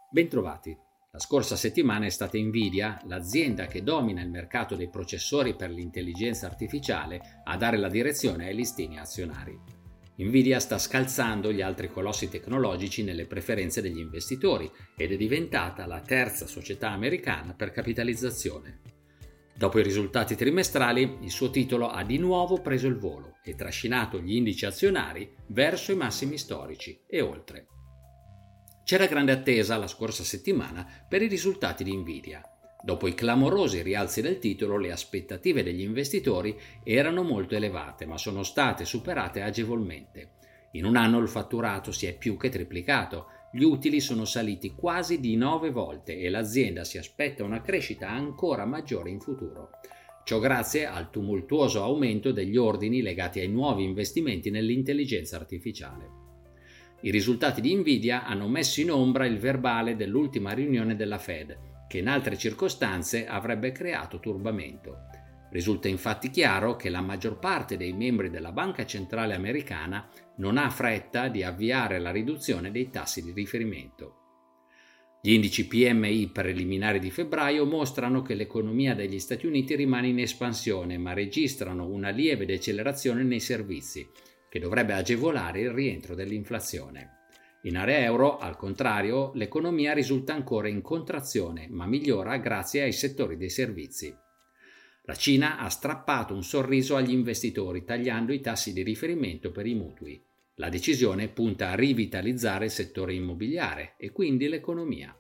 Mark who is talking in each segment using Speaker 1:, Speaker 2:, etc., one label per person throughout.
Speaker 1: Bentrovati. La scorsa settimana è stata Nvidia, l'azienda che domina il mercato dei processori per l'intelligenza artificiale, a dare la direzione ai listini azionari. Nvidia sta scalzando gli altri colossi tecnologici nelle preferenze degli investitori ed è diventata la terza società americana per capitalizzazione. Dopo i risultati trimestrali, il suo titolo ha di nuovo preso il volo e trascinato gli indici azionari verso i massimi storici e oltre. C'era grande attesa la scorsa settimana per i risultati di Nvidia. Dopo i clamorosi rialzi del titolo, le aspettative degli investitori erano molto elevate, ma sono state superate agevolmente. In un anno il fatturato si è più che triplicato, gli utili sono saliti quasi di 9 volte e l'azienda si aspetta una crescita ancora maggiore in futuro. Ciò grazie al tumultuoso aumento degli ordini legati ai nuovi investimenti nell'intelligenza artificiale. I risultati di Nvidia hanno messo in ombra il verbale dell'ultima riunione della Fed, che in altre circostanze avrebbe creato turbamento. Risulta infatti chiaro che la maggior parte dei membri della Banca Centrale Americana non ha fretta di avviare la riduzione dei tassi di riferimento. Gli indici PMI preliminari di febbraio mostrano che l'economia degli Stati Uniti rimane in espansione, ma registrano una lieve decelerazione nei servizi, che dovrebbe agevolare il rientro dell'inflazione. In area euro, al contrario, l'economia risulta ancora in contrazione, ma migliora grazie ai settori dei servizi. La Cina ha strappato un sorriso agli investitori tagliando i tassi di riferimento per i mutui. La decisione punta a rivitalizzare il settore immobiliare e quindi l'economia.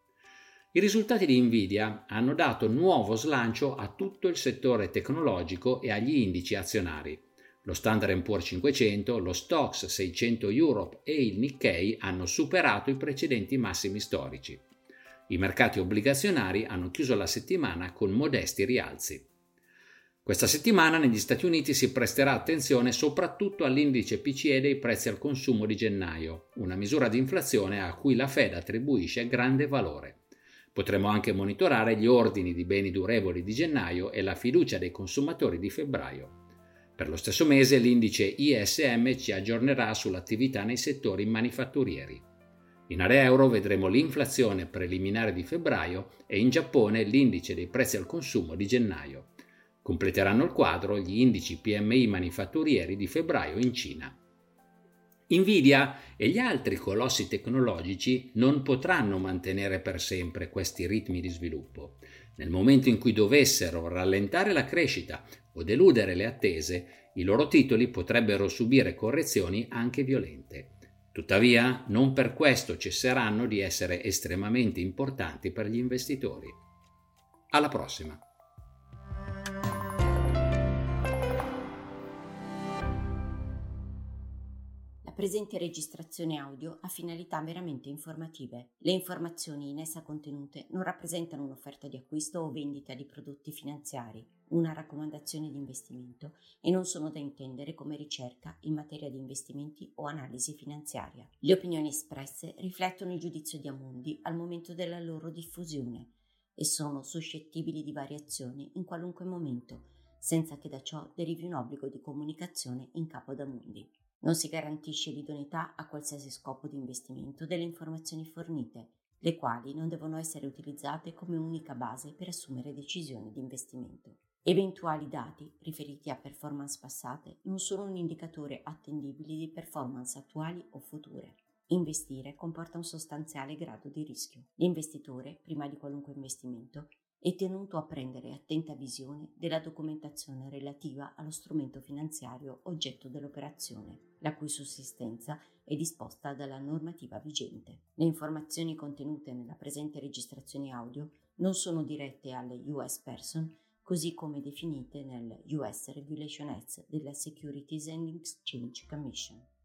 Speaker 1: I risultati di Nvidia hanno dato nuovo slancio a tutto il settore tecnologico e agli indici azionari. Lo Standard & Poor's 500, lo Stoxx 600 Europe e il Nikkei hanno superato i precedenti massimi storici. I mercati obbligazionari hanno chiuso la settimana con modesti rialzi. Questa settimana negli Stati Uniti si presterà attenzione soprattutto all'indice PCE dei prezzi al consumo di gennaio, una misura di inflazione a cui la Fed attribuisce grande valore. Potremo anche monitorare gli ordini di beni durevoli di gennaio e la fiducia dei consumatori di febbraio. Per lo stesso mese l'indice ISM ci aggiornerà sull'attività nei settori manifatturieri. In area euro vedremo l'inflazione preliminare di febbraio e in Giappone l'indice dei prezzi al consumo di gennaio. Completeranno il quadro gli indici PMI manifatturieri di febbraio in Cina. Nvidia e gli altri colossi tecnologici non potranno mantenere per sempre questi ritmi di sviluppo. Nel momento in cui dovessero rallentare la crescita o deludere le attese, i loro titoli potrebbero subire correzioni anche violente. Tuttavia, non per questo cesseranno di essere estremamente importanti per gli investitori. Alla prossima!
Speaker 2: La presente registrazione audio ha finalità meramente informative. Le informazioni in essa contenute non rappresentano un'offerta di acquisto o vendita di prodotti finanziari, una raccomandazione di investimento e non sono da intendere come ricerca in materia di investimenti o analisi finanziaria. Le opinioni espresse riflettono il giudizio di Amundi al momento della loro diffusione e sono suscettibili di variazioni in qualunque momento, senza che da ciò derivi un obbligo di comunicazione in capo ad Amundi. Non si garantisce l'idoneità a qualsiasi scopo di investimento delle informazioni fornite, le quali non devono essere utilizzate come unica base per assumere decisioni di investimento. Eventuali dati riferiti a performance passate non sono un indicatore attendibile di performance attuali o future. Investire comporta un sostanziale grado di rischio. L'investitore, prima di qualunque investimento, è tenuto a prendere attenta visione della documentazione relativa allo strumento finanziario oggetto dell'operazione, la cui sussistenza è disposta dalla normativa vigente. Le informazioni contenute nella presente registrazione audio non sono dirette alle US Person, così come definite nel US Regulation Act della Securities and Exchange Commission.